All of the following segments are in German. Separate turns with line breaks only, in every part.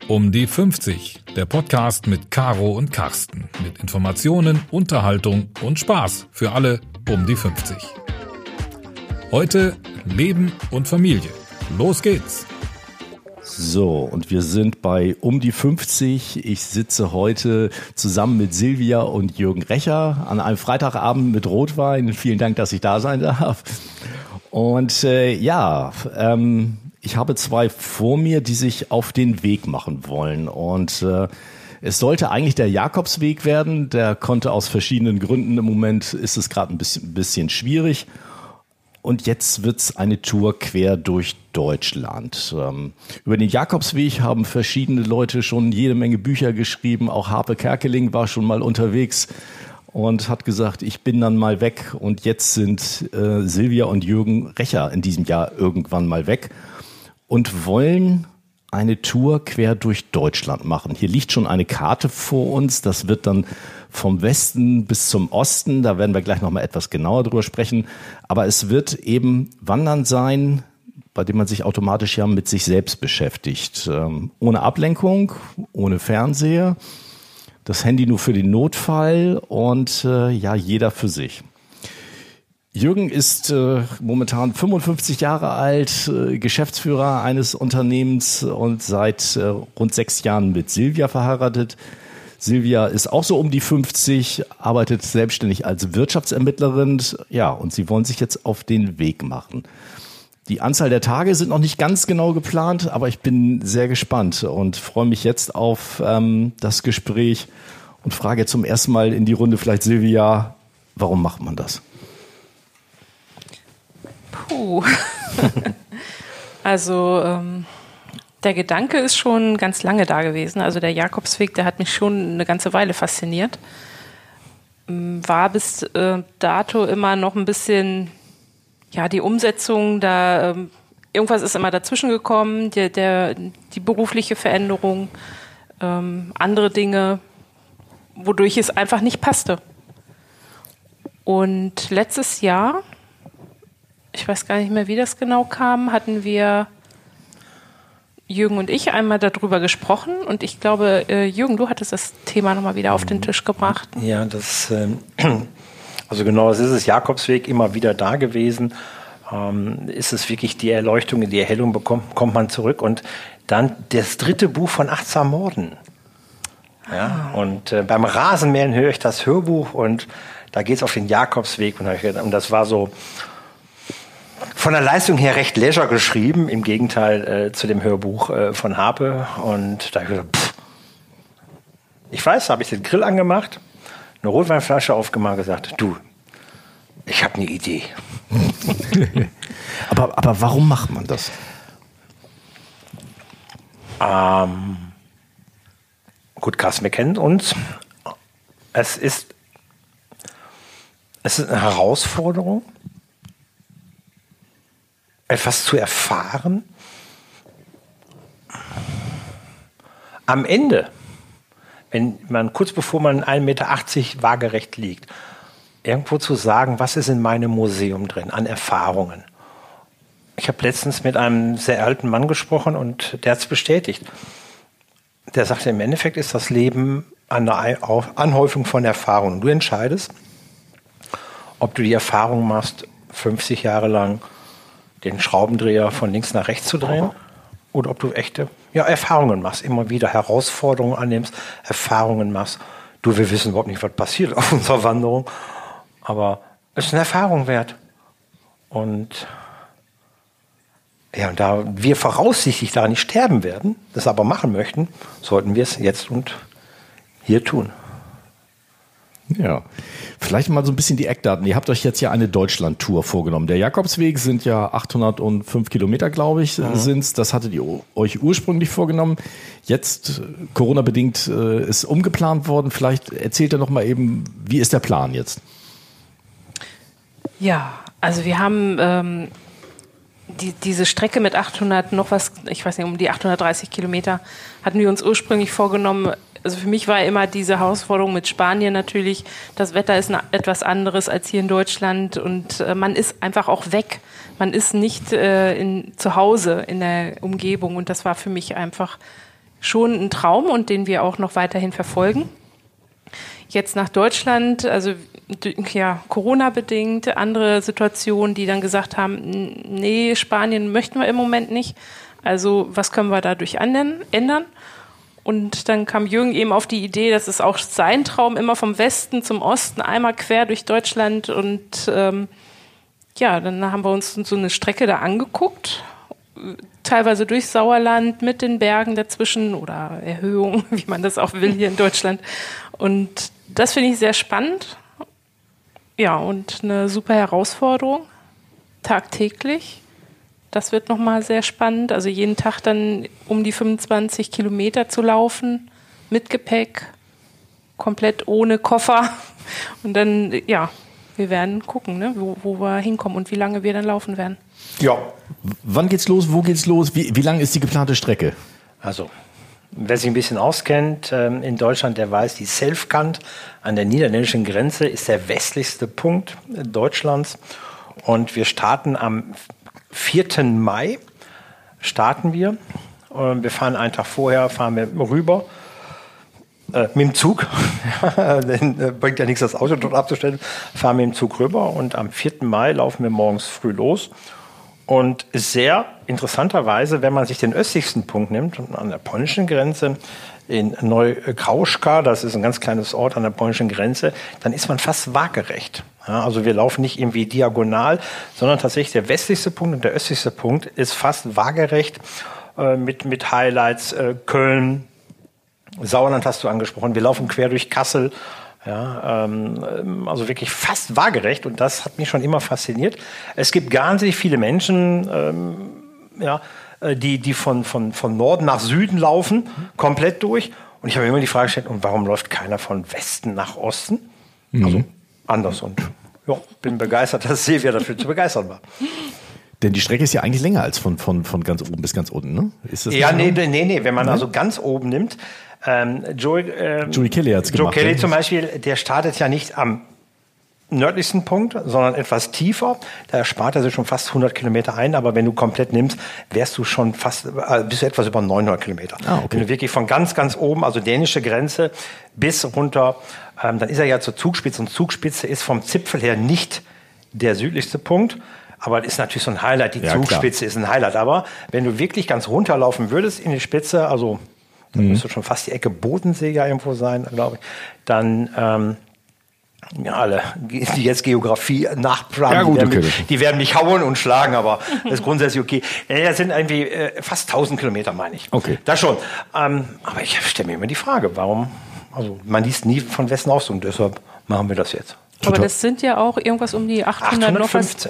Um die 50, der Podcast mit Caro und Carsten. Mit Informationen, Unterhaltung und Spaß für alle um die 50. Heute Leben und Familie. Los geht's!
So, und wir sind bei Um die 50. Ich sitze heute zusammen mit Silvia und Jürgen Recher an einem Freitagabend mit Rotwein. Vielen Dank, dass ich da sein darf. Und ich habe zwei vor mir, die sich auf den Weg machen wollen. Und es sollte eigentlich der Jakobsweg werden. Der konnte aus verschiedenen Gründen, im Moment ist es gerade ein bisschen schwierig. Und jetzt wird's eine Tour quer durch Deutschland. Über den Jakobsweg haben verschiedene Leute schon jede Menge Bücher geschrieben. Auch Harpe Kerkeling war schon mal unterwegs und hat gesagt, ich bin dann mal weg. Und jetzt sind Silvia und Jürgen Recher in diesem Jahr irgendwann mal weg und wollen eine Tour quer durch Deutschland machen. Hier liegt schon eine Karte vor uns. Das wird dann vom Westen bis zum Osten. Da werden wir gleich noch mal etwas genauer drüber sprechen. Aber es wird eben Wandern sein, bei dem man sich automatisch ja mit sich selbst beschäftigt. Ohne Ablenkung, ohne Fernseher. Das Handy nur für den Notfall und jeder für sich. Jürgen ist momentan 55 Jahre alt, Geschäftsführer eines Unternehmens und seit rund 6 Jahren mit Silvia verheiratet. Silvia ist auch so um die 50, arbeitet selbstständig als Wirtschaftsermittlerin. Ja, und sie wollen sich jetzt auf den Weg machen. Die Anzahl der Tage sind noch nicht ganz genau geplant, aber ich bin sehr gespannt und freue mich jetzt auf das Gespräch und frage jetzt zum ersten Mal in die Runde vielleicht Silvia, warum macht man das?
Also der Gedanke ist schon ganz lange da gewesen. Also der Jakobsweg, der hat mich schon eine ganze Weile fasziniert. War bis dato immer noch ein bisschen, die Umsetzung, da irgendwas ist immer dazwischen gekommen, die berufliche Veränderung, andere Dinge, wodurch es einfach nicht passte. Und letztes Jahr, ich weiß gar nicht mehr, wie das genau kam, hatten wir, Jürgen und ich, einmal darüber gesprochen. Und ich glaube, Jürgen, du hattest das Thema nochmal wieder auf den Tisch gebracht.
Ja, das ist es, Jakobsweg immer wieder da gewesen. Ist es wirklich die Erleuchtung, die Erhellung kommt man zurück. Und dann das 3. Buch von Achtsam Morden. Ja, und beim Rasenmähen höre ich das Hörbuch und da geht es auf den Jakobsweg. Und das war so von der Leistung her recht leger geschrieben, im Gegenteil zu dem Hörbuch von Harpe. Und da habe ich gesagt, da habe ich den Grill angemacht, eine Rotweinflasche aufgemacht und gesagt, du, ich habe eine Idee.
aber warum macht man das?
Gut, Carsten, wir kennen uns. Es ist eine Herausforderung, etwas zu erfahren. Am Ende, wenn man kurz bevor man 1,80 Meter waagerecht liegt, irgendwo zu sagen, was ist in meinem Museum drin an Erfahrungen. Ich habe letztens mit einem sehr alten Mann gesprochen und der hat es bestätigt. Der sagte, im Endeffekt ist das Leben eine Anhäufung von Erfahrungen. Du entscheidest, ob du die Erfahrung machst, 50 Jahre lang den Schraubendreher von links nach rechts zu drehen oder ob du echte Erfahrungen machst, immer wieder Herausforderungen annimmst, Erfahrungen machst. Du, wir wissen überhaupt nicht, was passiert auf unserer Wanderung, aber es ist eine Erfahrung wert. Und da wir voraussichtlich daran nicht sterben werden, das aber machen möchten, sollten wir es jetzt und hier tun.
Ja, vielleicht mal so ein bisschen die Eckdaten. Ihr habt euch jetzt ja eine Deutschland-Tour vorgenommen. Der Jakobsweg sind ja 805 Kilometer, glaube ich, sind's. Das hattet ihr euch ursprünglich vorgenommen. Jetzt, Corona-bedingt, ist umgeplant worden. Vielleicht erzählt ihr noch mal eben, wie ist der Plan jetzt?
Ja, also wir haben diese Strecke mit 800 noch was, ich weiß nicht, um die 830 Kilometer hatten wir uns ursprünglich vorgenommen. Also für mich war immer diese Herausforderung mit Spanien natürlich, das Wetter ist etwas anderes als hier in Deutschland und man ist einfach auch weg. Man ist nicht zu Hause in der Umgebung und das war für mich einfach schon ein Traum und den wir auch noch weiterhin verfolgen. Jetzt nach Deutschland, also ja, Corona-bedingt, andere Situationen, die dann gesagt haben, nee, Spanien möchten wir im Moment nicht. Also was können wir dadurch ändern? Und dann kam Jürgen eben auf die Idee, das ist auch sein Traum, immer vom Westen zum Osten, einmal quer durch Deutschland. Und ja, dann haben wir uns so eine Strecke da angeguckt, teilweise durch Sauerland mit den Bergen dazwischen oder Erhöhungen, wie man das auch will hier in Deutschland. Und das finde ich sehr spannend. Ja, und eine super Herausforderung, tagtäglich. Das wird nochmal sehr spannend. Also jeden Tag dann um die 25 Kilometer zu laufen, mit Gepäck, komplett ohne Koffer. Und dann, ja, wir werden gucken, ne, wo wir hinkommen und wie lange wir dann laufen werden.
Ja. Wann geht's los? Wo geht's los? Wie lang ist die geplante Strecke?
Also, wer sich ein bisschen auskennt in Deutschland, der weiß, die Selfkant an der niederländischen Grenze ist der westlichste Punkt Deutschlands. Und wir starten am 4. Mai. Wir fahren einen Tag vorher, fahren wir rüber. Mit dem Zug, dann bringt ja nichts, das Auto dort abzustellen, fahren wir mit dem Zug rüber und am 4. Mai laufen wir morgens früh los. Und sehr interessanterweise, wenn man sich den östlichsten Punkt nimmt, an der polnischen Grenze, in Neukrauschka, das ist ein ganz kleines Ort an der polnischen Grenze, dann ist man fast waagerecht. Ja, also wir laufen nicht irgendwie diagonal, sondern tatsächlich der westlichste Punkt und der östlichste Punkt ist fast waagerecht mit Highlights, Köln, Sauerland hast du angesprochen, wir laufen quer durch Kassel, ja, also wirklich fast waagerecht und das hat mich schon immer fasziniert. Es gibt wahnsinnig viele Menschen, die von Norden nach Süden laufen, komplett durch. Und ich habe mir immer die Frage gestellt, und warum läuft keiner von Westen nach Osten? Also anders. Und ja, bin begeistert, dass Silvia dafür zu begeistern war.
Denn die Strecke ist ja eigentlich länger als von ganz oben bis ganz unten, ne? Ist das
ja, nee. Wenn man also ganz oben nimmt, Joey
Kelly hat's gemacht.
Joe Kelly zum Beispiel, der startet ja nicht am nördlichsten Punkt, sondern etwas tiefer. Da spart er sich schon fast 100 Kilometer ein, aber wenn du komplett nimmst, wärst du schon bist du etwas über 900 Kilometer. Ah, okay. Wenn du wirklich von ganz, ganz oben, also dänische Grenze, bis runter, dann ist er ja zur Zugspitze und Zugspitze ist vom Zipfel her nicht der südlichste Punkt, aber das ist natürlich so ein Highlight, die Zugspitze klar. Ist ein Highlight, aber wenn du wirklich ganz runterlaufen würdest in die Spitze, also dann müsste schon fast die Ecke Bodensee ja irgendwo sein, glaube ich, dann alle, die jetzt Geografie nachplanen, die werden mich hauen und schlagen, aber das ist grundsätzlich okay. Das sind irgendwie fast 1000 Kilometer, meine ich.
Okay.
Das schon. Aber ich stelle mir immer die Frage, warum, also man liest nie von Westen aus und deshalb machen wir das jetzt.
Aber das sind ja auch irgendwas um die 815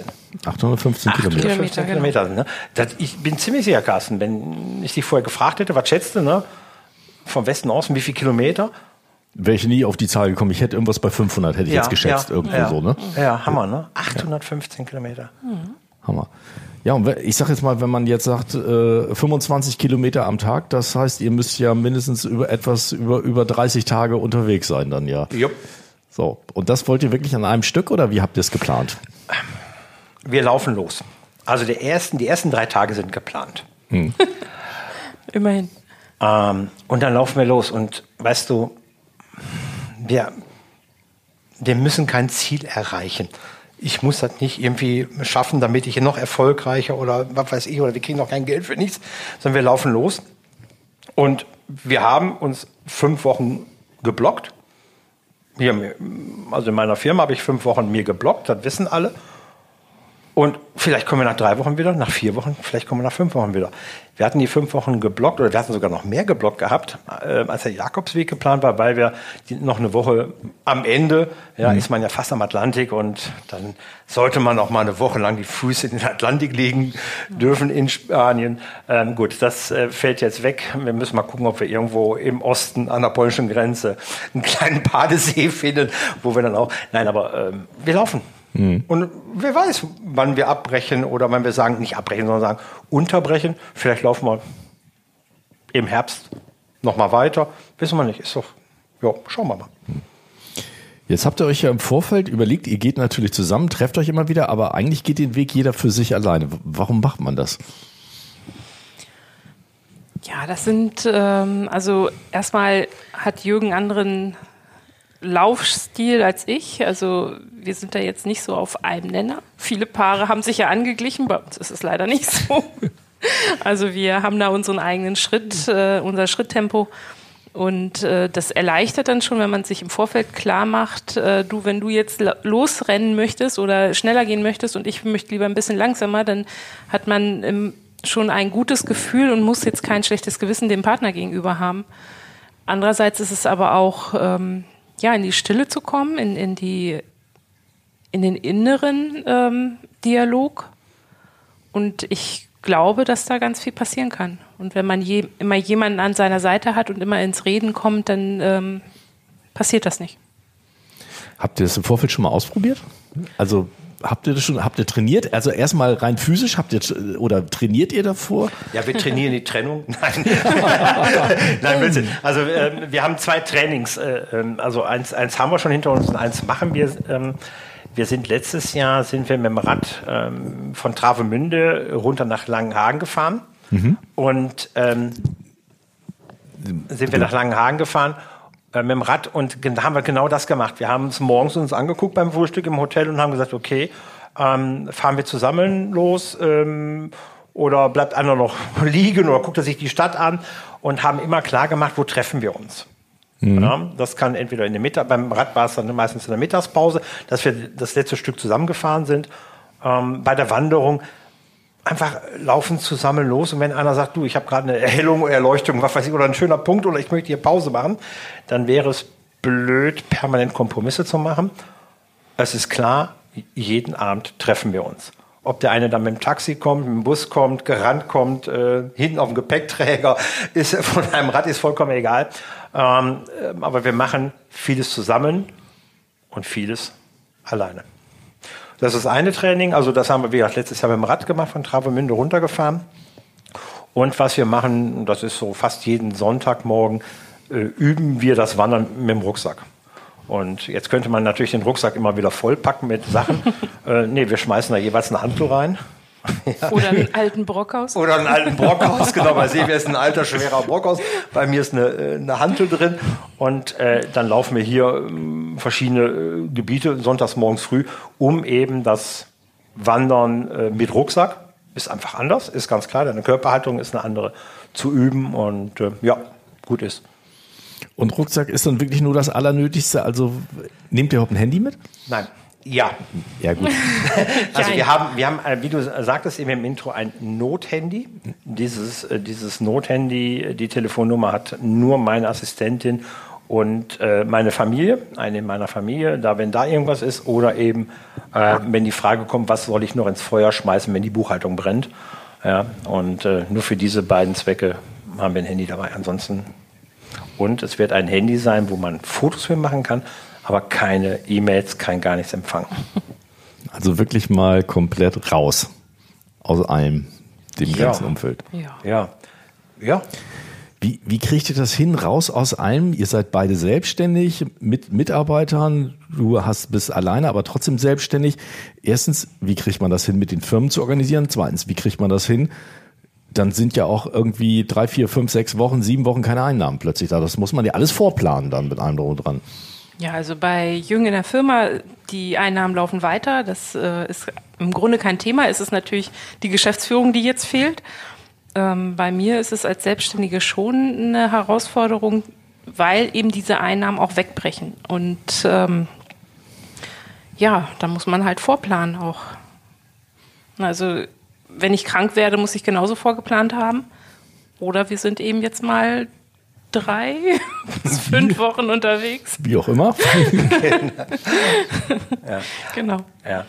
Kilometer. Ne? Ich bin ziemlich sicher, Carsten, wenn ich dich vorher gefragt hätte, was schätzt du, ne? Vom Westen aus, wie viele Kilometer?
Wäre ich nie auf die Zahl gekommen. Ich hätte irgendwas bei 500, hätte ich jetzt geschätzt. Irgendwo so, ne?
Ja, Hammer, ne? 815 Kilometer.
Hammer. Ja, und ich sag jetzt mal, wenn man jetzt sagt, 25 Kilometer am Tag, das heißt, ihr müsst ja mindestens über 30 Tage unterwegs sein dann, ja.
Jupp.
So, und das wollt ihr wirklich an einem Stück oder wie habt ihr es geplant?
Wir laufen los. Also die ersten 3 Tage sind geplant.
Immerhin.
Und dann laufen wir los und weißt du, wir müssen kein Ziel erreichen. Ich muss das nicht irgendwie schaffen, damit ich noch erfolgreicher oder was weiß ich, oder wir kriegen noch kein Geld für nichts, sondern wir laufen los. Und wir haben uns 5 Wochen geblockt. Also in meiner Firma habe ich 5 Wochen mir geblockt, das wissen alle. Und vielleicht kommen wir nach 3 Wochen wieder, nach 4 Wochen, vielleicht kommen wir nach 5 Wochen wieder. Wir hatten die 5 Wochen geblockt, oder wir hatten sogar noch mehr geblockt gehabt, als der Jakobsweg geplant war, weil wir noch eine Woche am Ende, ist man ja fast am Atlantik und dann sollte man auch mal eine Woche lang die Füße in den Atlantik legen dürfen in Spanien. Gut, das fällt jetzt weg. Wir müssen mal gucken, ob wir irgendwo im Osten an der polnischen Grenze einen kleinen Badesee finden, wo wir dann auch, wir laufen. Und wer weiß, wann wir abbrechen oder wann wir sagen, nicht abbrechen, sondern sagen, unterbrechen. Vielleicht laufen wir im Herbst nochmal weiter. Wissen wir nicht. Ist doch, schauen wir mal.
Jetzt habt ihr euch ja im Vorfeld überlegt, ihr geht natürlich zusammen, trefft euch immer wieder, aber eigentlich geht den Weg jeder für sich alleine. Warum macht man das?
Ja, Ja, das sind, also erstmal hat Jürgen anderen Laufstil als ich. Also wir sind da jetzt nicht so auf einem Nenner. Viele Paare haben sich ja angeglichen, bei uns ist es leider nicht so. Also wir haben da unseren eigenen Schritt, unser Schritttempo. Und das erleichtert dann schon, wenn man sich im Vorfeld klar macht, wenn du jetzt losrennen möchtest oder schneller gehen möchtest und ich möchte lieber ein bisschen langsamer, dann hat man schon ein gutes Gefühl und muss jetzt kein schlechtes Gewissen dem Partner gegenüber haben. Andererseits ist es aber auch, in die Stille zu kommen, in den inneren Dialog. Und ich glaube, dass da ganz viel passieren kann. Und wenn man immer jemanden an seiner Seite hat und immer ins Reden kommt, dann passiert das nicht.
Habt ihr das im Vorfeld schon mal ausprobiert? Also habt ihr trainiert? Also erstmal rein physisch, trainiert ihr davor?
Ja, wir trainieren die Trennung. Nein. Nein, Blödsinn. Also wir haben 2 Trainings. Also eins haben wir schon hinter uns und eins machen wir. Wir sind letztes Jahr mit dem Rad von Travemünde runter nach Langenhagen gefahren. Und sind wir nach Langenhagen gefahren mit dem Rad und da haben wir genau das gemacht. Wir haben uns morgens angeguckt beim Frühstück im Hotel und haben gesagt, okay, fahren wir zusammen los oder bleibt einer noch liegen oder guckt er sich die Stadt an und haben immer klar gemacht, wo treffen wir uns. Ja, das kann entweder beim Rad war es dann meistens in der Mittagspause, dass wir das letzte Stück zusammengefahren sind. Bei der Wanderung einfach laufen zusammen los und wenn einer sagt, du, ich habe gerade eine Erhellung, Erleuchtung, was weiß ich, oder ein schöner Punkt oder ich möchte hier Pause machen, dann wäre es blöd, permanent Kompromisse zu machen. Es ist klar, jeden Abend treffen wir uns. Ob der eine dann mit dem Taxi kommt, mit dem Bus kommt, gerannt kommt, hinten auf dem Gepäckträger, ist von einem Rad ist vollkommen egal. Aber wir machen vieles zusammen und vieles alleine. Das ist das eine Training, also das haben wir wie gesagt, letztes Jahr mit dem Rad gemacht, von Travemünde runtergefahren. Und was wir machen, das ist so fast jeden Sonntagmorgen, üben wir das Wandern mit dem Rucksack. Und jetzt könnte man natürlich den Rucksack immer wieder vollpacken mit Sachen. Wir schmeißen da jeweils eine Hantel rein.
Ja. Oder einen alten Brockhaus.
Oder einen alten Brockhaus, genau. Bei Silvia ist ein alter, schwerer Brockhaus. Bei mir ist eine Hantel drin. Und dann laufen wir hier verschiedene Gebiete, sonntags morgens früh, um eben das Wandern mit Rucksack. Ist einfach anders, ist ganz klar. Deine Körperhaltung ist eine andere zu üben. Und gut ist.
Und Rucksack ist dann wirklich nur das Allernötigste? Also nehmt ihr überhaupt ein Handy mit?
Nein. Ja.
Ja, gut.
Also wir haben, wie du sagtest eben im Intro, ein Nothandy. Dieses Nothandy, die Telefonnummer hat nur meine Assistentin und meine Familie, eine in meiner Familie, wenn da irgendwas ist oder eben, wenn die Frage kommt, was soll ich noch ins Feuer schmeißen, wenn die Buchhaltung brennt. Ja, und nur für diese beiden Zwecke haben wir ein Handy dabei. Ansonsten, und es wird ein Handy sein, wo man Fotos mit machen kann, aber keine E-Mails, kein gar nichts empfangen.
Also wirklich mal komplett raus aus dem ganzen Umfeld.
Ja.
Wie kriegt ihr das hin, raus aus allem? Ihr seid beide selbstständig mit Mitarbeitern. Du bist alleine, aber trotzdem selbstständig. Erstens, wie kriegt man das hin, mit den Firmen zu organisieren? Zweitens, wie kriegt man das hin? Dann sind ja auch irgendwie 3, 4, 5, 6 Wochen, 7 Wochen keine Einnahmen plötzlich da. Das muss man ja alles vorplanen dann mit allem drum und dran.
Ja, also bei Jürgen in der Firma, die Einnahmen laufen weiter. Das ist im Grunde kein Thema. Es ist natürlich die Geschäftsführung, die jetzt fehlt. Bei mir ist es als Selbstständige schon eine Herausforderung, weil eben diese Einnahmen auch wegbrechen. Und da muss man halt vorplanen auch. Also wenn ich krank werde, muss ich genauso vorgeplant haben. Oder wir sind eben jetzt mal 3 bis 5 Wochen unterwegs.
Wie auch immer.
Ja.
Genau.
Ja,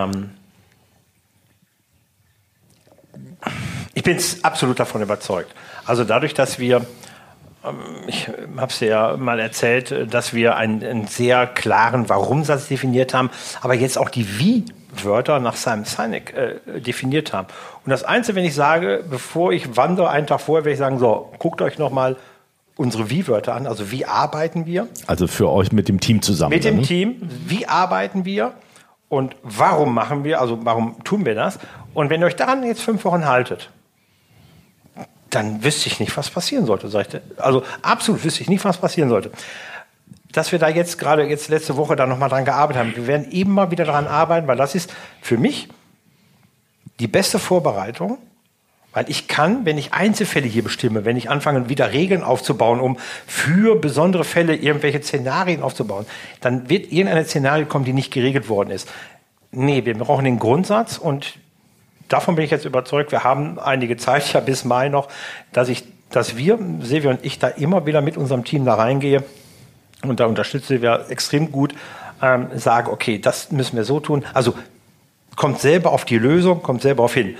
ich bin absolut davon überzeugt. Also dadurch, dass wir, ich habe es ja mal erzählt, dass wir einen sehr klaren Warum-Satz definiert haben, aber jetzt auch die Wie-Wörter nach Simon Sinek definiert haben. Und das Einzige, wenn ich sage, bevor ich wandere, einen Tag vorher, werde ich sagen, so, guckt euch nochmal unsere Wie-Wörter an, also wie arbeiten wir?
Also für euch mit dem Team zusammen.
Mit dem Team, wie arbeiten wir und warum machen wir, also warum tun wir das? Und wenn ihr euch daran jetzt 5 Wochen haltet, dann wüsste ich nicht, was passieren sollte, sagte. Also absolut wüsste ich nicht, was passieren sollte. Dass wir da jetzt letzte Woche da nochmal dran gearbeitet haben. Wir werden immer wieder daran arbeiten, weil das ist für mich die beste Vorbereitung, weil ich kann, wenn ich Einzelfälle hier bestimme, wenn ich anfange, wieder Regeln aufzubauen, um für besondere Fälle irgendwelche Szenarien aufzubauen, dann wird irgendeine Szenario kommen, die nicht geregelt worden ist. Nee, wir brauchen den Grundsatz und davon bin ich jetzt überzeugt, wir haben einige Zeit, ja bis Mai noch, dass wir, Silvia und ich, da immer wieder mit unserem Team da reingehe und da unterstütze wir extrem gut, sage, okay, das müssen wir so tun. Also kommt selber auf die Lösung, kommt selber auf hin.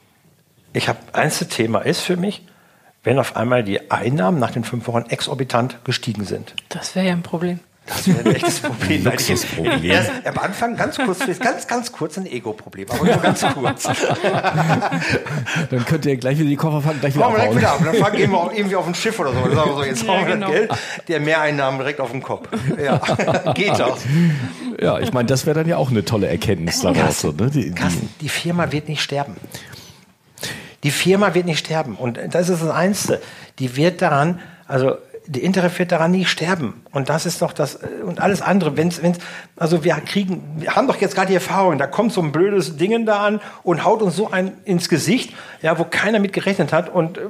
Thema ist für mich, wenn auf einmal die Einnahmen nach den 5 Wochen exorbitant gestiegen sind.
Das wäre ja ein Problem.
Das wäre ein echtes Problem. Erst am Anfang ganz kurz ein Ego-Problem, aber nur ganz kurz.
Dann könnt ihr gleich wieder die Koffer fangen, gleich wieder abhauen.
Dann gehen wir irgendwie auf ein Schiff oder so. Dann sagen wir so, jetzt hauen wir das Geld, der Mehreinnahmen direkt auf den Kopf. Ja, geht doch.
Ja, ich meine, das wäre dann ja auch eine tolle Erkenntnis daraus.
Carsten, die Firma wird nicht sterben. Die Firma wird nicht sterben. Und das ist das Einzige. Die Interref wird daran nie sterben. Und das ist doch das, und alles andere. Wir haben doch jetzt gerade die Erfahrung, da kommt so ein blödes Ding da an und haut uns so ein ins Gesicht, ja, wo keiner mit gerechnet hat. Und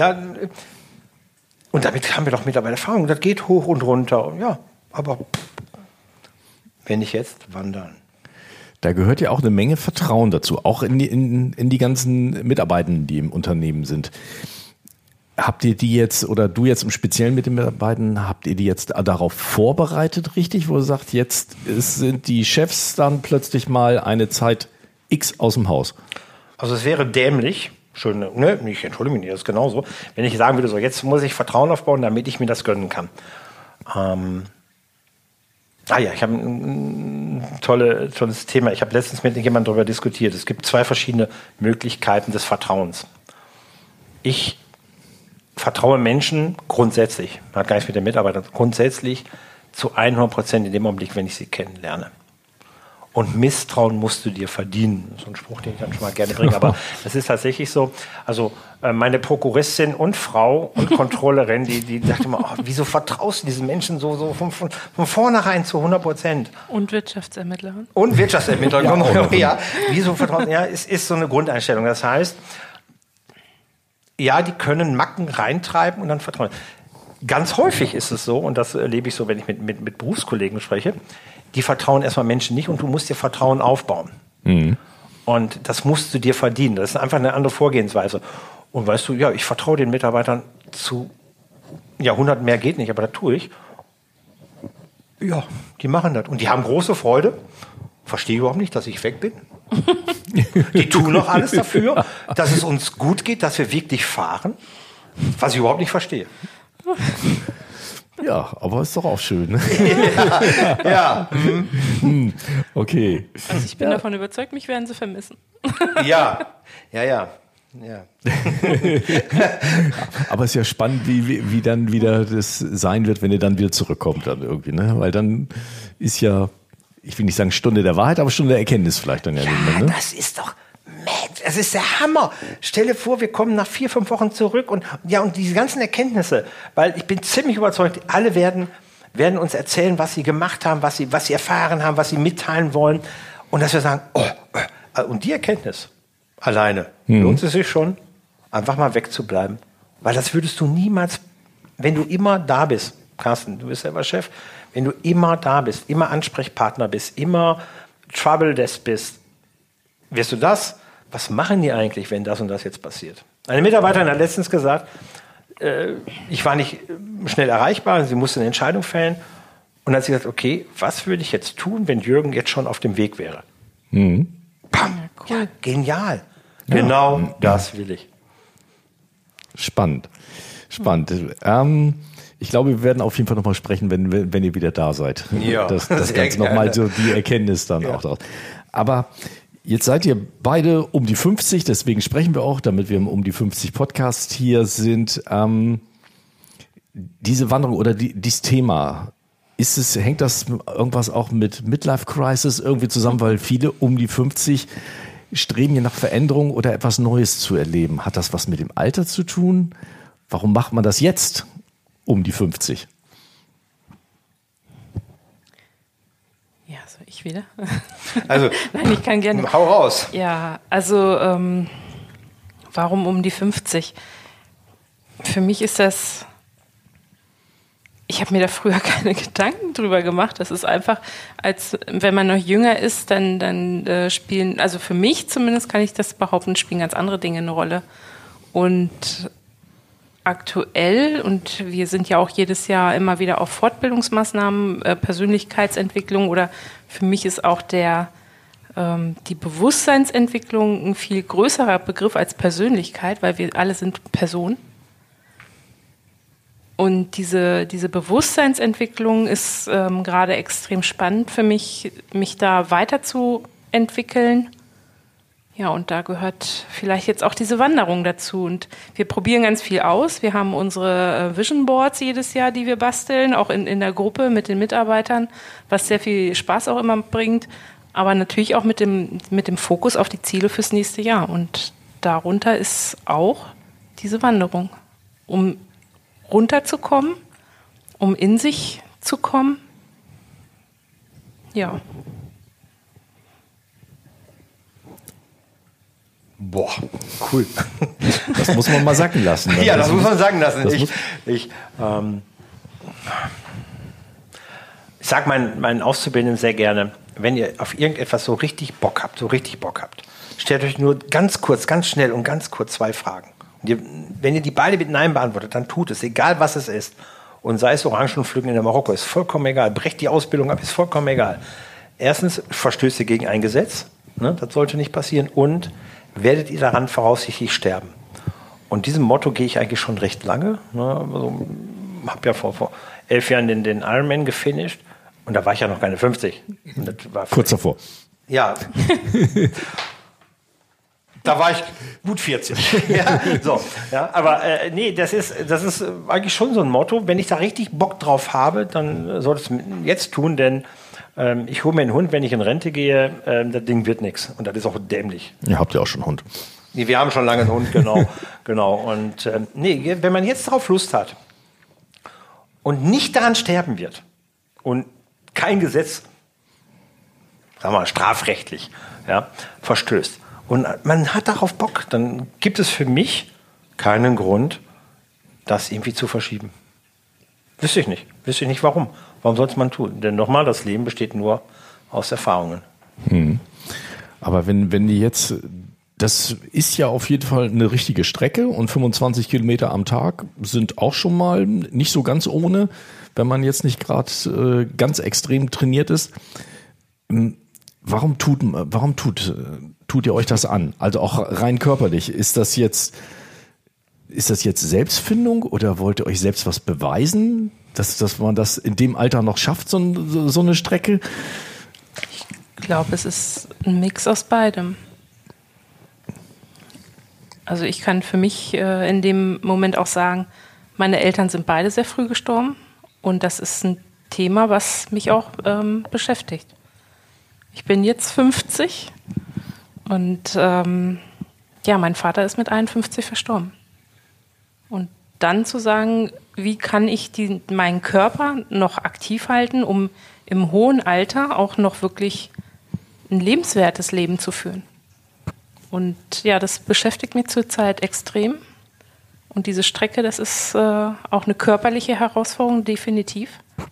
damit haben wir doch mittlerweile Erfahrung. Das geht hoch und runter. Ja, aber wenn nicht jetzt, wann dann?
Da gehört ja auch eine Menge Vertrauen dazu, auch in die ganzen Mitarbeitenden, die im Unternehmen sind. Habt ihr die jetzt, oder du jetzt im Speziellen mit den Mitarbeitern, habt ihr die jetzt darauf vorbereitet, richtig? Wo du sagst, jetzt sind die Chefs dann plötzlich mal eine Zeit X aus dem Haus?
Also es wäre dämlich, ich entschuldige mich, das ist genauso, wenn ich sagen würde, so jetzt muss ich Vertrauen aufbauen, damit ich mir das gönnen kann. Ich habe ein tolles Thema. Ich habe letztens mit jemandem darüber diskutiert. Es gibt 2 verschiedene Möglichkeiten des Vertrauens. Ich vertraue Menschen grundsätzlich, hat gar nichts mit den Mitarbeitern, grundsätzlich zu 100% in dem Augenblick, wenn ich sie kennenlerne. Und Misstrauen musst du dir verdienen. Das ist ein Spruch, den ich dann schon mal gerne bringe, aber das ist tatsächlich so. Also meine Prokuristin und Frau und Controllerin, die sagte immer, wieso vertraust du diesen Menschen so von vornherein zu 100%?
Und Wirtschaftsermittlerin.
Ja. Wieso vertraust du? Ja, es ist so eine Grundeinstellung. Das heißt, ja, die können Macken reintreiben und dann vertrauen. Ganz häufig ist es so, und das erlebe ich so, wenn ich mit Berufskollegen spreche, die vertrauen erstmal Menschen nicht und du musst dir Vertrauen aufbauen. Mhm. Und das musst du dir verdienen. Das ist einfach eine andere Vorgehensweise. Und weißt du, ja, ich vertraue den Mitarbeitern zu 100 mehr geht nicht, aber das tue ich. Ja, die machen das. Und die haben große Freude. Verstehe überhaupt nicht, dass ich weg bin. Die tun auch alles dafür, dass es uns gut geht, dass wir wirklich fahren. Was ich überhaupt nicht verstehe.
Ja, aber ist doch auch schön. Ne?
Ja.
Okay.
Also ich bin davon überzeugt, mich werden sie vermissen.
Ja.
Aber es ist ja spannend, wie dann wieder das sein wird, wenn ihr dann wieder zurückkommt dann irgendwie, ne? Weil dann ist ja, ich will nicht sagen Stunde der Wahrheit, aber Stunde der Erkenntnis vielleicht dann ja. Ne?
Das ist doch das ist der Hammer. Stell dir vor, wir kommen nach 4-5 Wochen zurück und diese ganzen Erkenntnisse, weil ich bin ziemlich überzeugt, alle werden uns erzählen, was sie gemacht haben, was sie erfahren haben, was sie mitteilen wollen und dass wir sagen, und die Erkenntnis alleine lohnt es sich schon, einfach mal wegzubleiben, weil das würdest du niemals, wenn du immer da bist, Carsten, du bist selber Chef, wenn du immer da bist, immer Ansprechpartner bist, immer Trouble Desk bist, wirst du das. Was machen die eigentlich, wenn das und das jetzt passiert? Eine Mitarbeiterin hat letztens gesagt, ich war nicht schnell erreichbar, sie musste eine Entscheidung fällen. Und dann hat sie gesagt, okay, was würde ich jetzt tun, wenn Jürgen jetzt schon auf dem Weg wäre? Bam! Ja, cool. Ja, genial. Ja. Genau das will ich.
Spannend. Ich glaube, wir werden auf jeden Fall nochmal sprechen, wenn ihr wieder da seid.
Ja,
das Ganze nochmal so die Erkenntnis dann auch draus. Aber jetzt seid ihr beide um die 50, deswegen sprechen wir auch, damit wir im um die 50 Podcast hier sind. Diese Wanderung oder dieses Thema, hängt das irgendwas auch mit Midlife Crisis irgendwie zusammen, weil viele um die 50 streben hier nach Veränderung oder etwas Neues zu erleben. Hat das was mit dem Alter zu tun? Warum macht man das jetzt um die 50?
Ja, soll ich wieder?
Also,
Nein, ich kann gerne.
hau raus.
Ja, also warum um die 50? Für mich ist das, ich habe mir da früher keine Gedanken drüber gemacht. Das ist einfach, als wenn man noch jünger ist, dann spielen, also für mich zumindest kann ich das behaupten, spielen ganz andere Dinge eine Rolle. Und aktuell, und wir sind ja auch jedes Jahr immer wieder auf Fortbildungsmaßnahmen, Persönlichkeitsentwicklung, oder für mich ist auch die Bewusstseinsentwicklung ein viel größerer Begriff als Persönlichkeit, weil wir alle sind Personen. Und diese Bewusstseinsentwicklung ist gerade extrem spannend für mich da weiterzuentwickeln. Ja, und da gehört vielleicht jetzt auch diese Wanderung dazu. Und wir probieren ganz viel aus. Wir haben unsere Vision Boards jedes Jahr, die wir basteln, auch in der Gruppe mit den Mitarbeitern, was sehr viel Spaß auch immer bringt. Aber natürlich auch mit dem Fokus auf die Ziele fürs nächste Jahr. Und darunter ist auch diese Wanderung, um runterzukommen, um in sich zu kommen. Ja.
Boah, cool.
Das muss man mal sacken lassen.
Ja, das muss man sagen lassen. Ich sage meinen Auszubildenden sehr gerne, wenn ihr auf irgendetwas so richtig Bock habt, stellt euch nur ganz kurz, ganz schnell und ganz kurz 2 Fragen. Und wenn ihr die beide mit Nein beantwortet, dann tut es, egal was es ist. Und sei es Orangenpflücken in der Marokko, ist vollkommen egal. Brecht die Ausbildung ab, ist vollkommen egal. Erstens, verstößt ihr gegen ein Gesetz, ne, das sollte nicht passieren. Und werdet ihr daran voraussichtlich sterben. Und diesem Motto gehe ich eigentlich schon recht lange. Ne? Also, habe ja vor 11 Jahren den Ironman gefinisht und da war ich ja noch keine 50. Und das war
kurz davor.
Ja. Da war ich gut 40. Ja, so, ja, aber nee, das ist eigentlich schon so ein Motto. Wenn ich da richtig Bock drauf habe, dann sollte ich es jetzt tun, denn ich hole mir einen Hund, wenn ich in Rente gehe, das Ding wird nichts. Und das ist auch dämlich.
Ihr habt ja auch schon einen Hund.
Nee, wir haben schon lange einen Hund, genau. Genau. Und nee, wenn man jetzt darauf Lust hat und nicht daran sterben wird und kein Gesetz, sagen wir mal, strafrechtlich, ja, verstößt und man hat darauf Bock, dann gibt es für mich keinen Grund, das irgendwie zu verschieben. Wüsste ich nicht, warum. Warum sollte man tun? Denn nochmal, das Leben besteht nur aus Erfahrungen.
Aber wenn die jetzt, das ist ja auf jeden Fall eine richtige Strecke und 25 Kilometer am Tag sind auch schon mal nicht so ganz ohne, wenn man jetzt nicht gerade ganz extrem trainiert ist. Warum tut ihr euch das an? Also auch rein körperlich. Ist das jetzt Selbstfindung oder wollt ihr euch selbst was beweisen, dass man das in dem Alter noch schafft, so eine Strecke?
Ich glaube, es ist ein Mix aus beidem. Also ich kann für mich in dem Moment auch sagen, meine Eltern sind beide sehr früh gestorben und das ist ein Thema, was mich auch beschäftigt. Ich bin jetzt 50 und mein Vater ist mit 51 verstorben. Und dann zu sagen, wie kann ich meinen Körper noch aktiv halten, um im hohen Alter auch noch wirklich ein lebenswertes Leben zu führen. Und ja, das beschäftigt mich zurzeit extrem. Und diese Strecke, das ist auch eine körperliche Herausforderung, definitiv.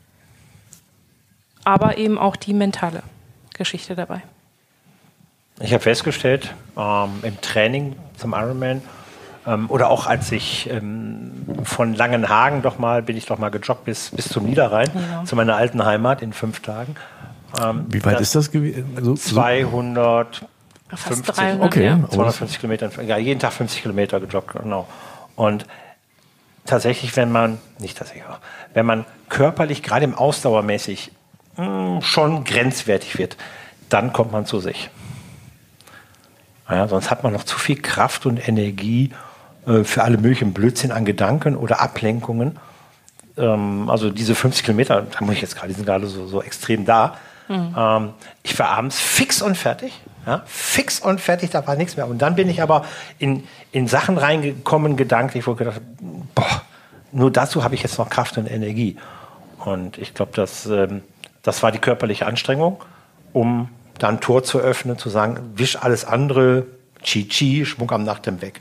Aber eben auch die mentale Geschichte dabei.
Ich habe festgestellt, im Training zum Ironman, oder auch als ich von Langenhagen bin ich mal gejoggt bis zum Niederrhein, genau, zu meiner alten Heimat in 5 Tagen.
Wie weit ist das gewesen? Also
250,
fast 300,
okay,
ja.
250 Kilometer, ja, jeden Tag 50 Kilometer gejoggt, genau. Und tatsächlich, wenn man körperlich, gerade im Ausdauermäßig, schon grenzwertig wird, dann kommt man zu sich. Ja, sonst hat man noch zu viel Kraft und Energie für alle möglichen Blödsinn an Gedanken oder Ablenkungen. Also diese 50 Kilometer, die sind gerade so extrem da. Ich war abends fix und fertig. Ja, fix und fertig, da war nichts mehr. Und dann bin ich aber in Sachen reingekommen, gedanklich, wo ich gedacht habe, boah, nur dazu habe ich jetzt noch Kraft und Energie. Und ich glaube, das war die körperliche Anstrengung, um dann ein Tor zu öffnen, zu sagen, wisch alles andere, Chi-Chi, Schmuck am Nachthemd weg.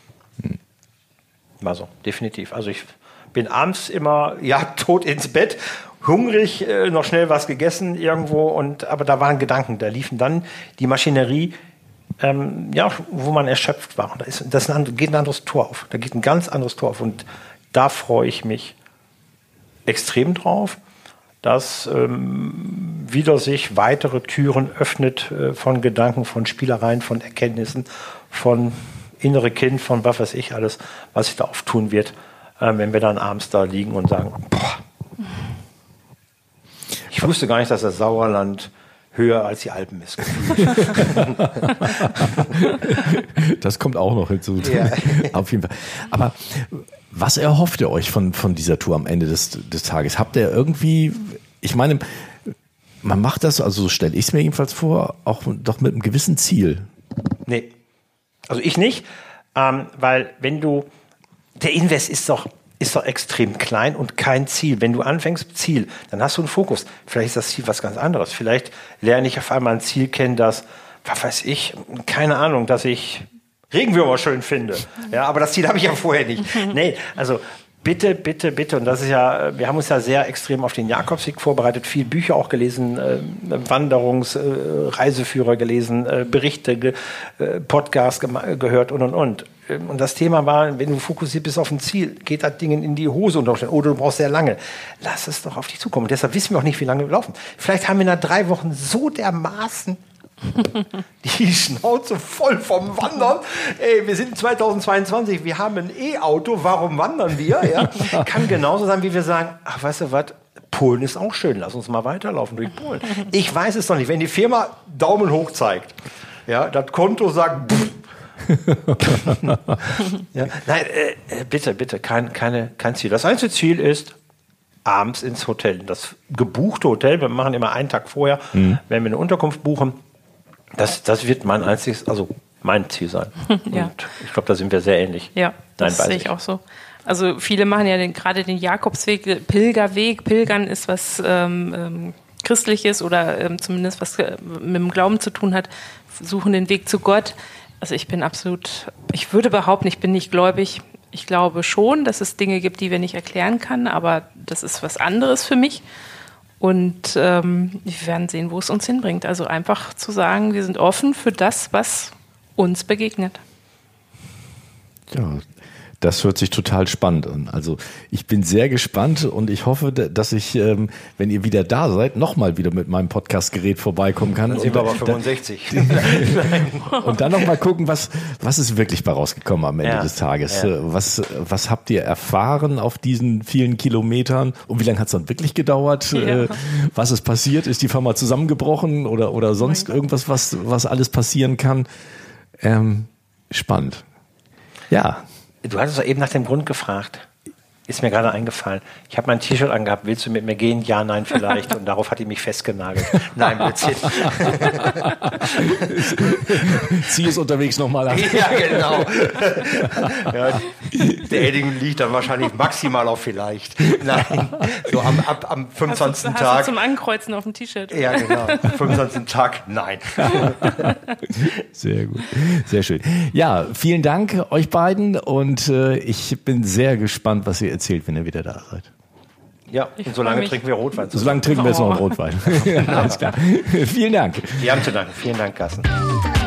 War so, definitiv. Also ich bin abends immer, tot ins Bett, hungrig, noch schnell was gegessen irgendwo, aber da waren Gedanken, da liefen dann die Maschinerie, wo man erschöpft war. Und geht ein anderes Tor auf, da geht ein ganz anderes Tor auf und da freue ich mich extrem drauf, dass wieder sich weitere Türen öffnet von Gedanken, von Spielereien, von Erkenntnissen, von innere Kind, von was weiß ich alles, was sich da auftun wird, wenn wir dann abends da liegen und sagen, boah, ich wusste gar nicht, dass das Sauerland höher als die Alpen ist.
Das kommt auch noch hinzu. Ja. Auf jeden Fall. Aber was erhofft ihr euch von dieser Tour am Ende des Tages? Habt ihr irgendwie, ich meine, man macht das, also so stelle ich es mir jedenfalls vor, auch doch mit einem gewissen Ziel.
Nee, also ich nicht, weil der Invest ist doch extrem klein und kein Ziel. Wenn du anfängst, Ziel, dann hast du einen Fokus. Vielleicht ist das Ziel was ganz anderes. Vielleicht lerne ich auf einmal ein Ziel kennen, das, was weiß ich, keine Ahnung, dass ich Regenwürmer schön finde. Ja, aber das Ziel habe ich ja vorher nicht. Nee, also bitte, bitte, bitte. Und das ist ja, wir haben uns ja sehr extrem auf den Jakobsweg vorbereitet, viel Bücher auch gelesen, Reiseführer gelesen, Berichte, Podcasts gehört und. Und das Thema war, wenn du fokussiert bist auf ein Ziel, geht das Ding in die Hose oder du brauchst sehr lange. Lass es doch auf dich zukommen. Und deshalb wissen wir auch nicht, wie lange wir laufen. Vielleicht haben wir nach 3 Wochen so dermaßen die Schnauze voll vom Wandern. Ey, wir sind 2022, wir haben ein E-Auto, warum wandern wir? Ja? Kann genauso sein, wie wir sagen, ach, weißt du was, Polen ist auch schön, lass uns mal weiterlaufen durch Polen. Ich weiß es noch nicht, wenn die Firma Daumen hoch zeigt, ja, das Konto sagt, ja, nein, bitte, kein Ziel. Das einzige Ziel ist, abends ins Hotel. Das gebuchte Hotel, wir machen immer einen Tag vorher, wenn wir eine Unterkunft buchen, das wird mein Ziel sein. Ja. Und ich glaube, da sind wir sehr ähnlich.
Ja, das sehe ich auch so. Also viele machen ja gerade den Jakobsweg, Pilgerweg. Pilgern ist was Christliches oder zumindest was mit dem Glauben zu tun hat, suchen den Weg zu Gott. Also ich würde behaupten, ich bin nicht gläubig. Ich glaube schon, dass es Dinge gibt, die wir nicht erklären können, aber das ist was anderes für mich. Und wir werden sehen, wo es uns hinbringt. Also einfach zu sagen, wir sind offen für das, was uns begegnet.
Ja, das hört sich total spannend an. Also ich bin sehr gespannt und ich hoffe, dass ich, wenn ihr wieder da seid, nochmal wieder mit meinem Podcastgerät vorbeikommen kann.
Dann sind wir aber 65.
Und dann nochmal gucken, was ist wirklich bei rausgekommen am Ende des Tages. Ja. Was habt ihr erfahren auf diesen vielen Kilometern? Und wie lange hat es dann wirklich gedauert? Ja. Was ist passiert? Ist die Firma zusammengebrochen oder sonst irgendwas, was alles passieren kann? Spannend. Ja.
Du hattest doch eben nach dem Grund gefragt. Ist mir gerade eingefallen. Ich habe mein T-Shirt angehabt. Willst du mit mir gehen? Ja, nein, vielleicht. Und darauf hat die mich festgenagelt. Nein, Blödsinn.
Zieh es unterwegs nochmal an.
Ja, genau. Ja, der Edding liegt dann wahrscheinlich maximal auf vielleicht. Nein, so am 25. Tag.
Hast du zum Ankreuzen auf dem T-Shirt.
Ja, genau. Am 25. Tag, nein.
Sehr gut. Sehr schön. Ja, vielen Dank euch beiden und ich bin sehr gespannt, was ihr erzählt, wenn ihr wieder da seid.
Ja, und solange trinken wir Rotwein.
Solange trinken wir jetzt noch einen Rotwein. Alles klar. Vielen Dank.
Wir haben zu danken. Vielen Dank, Carsten.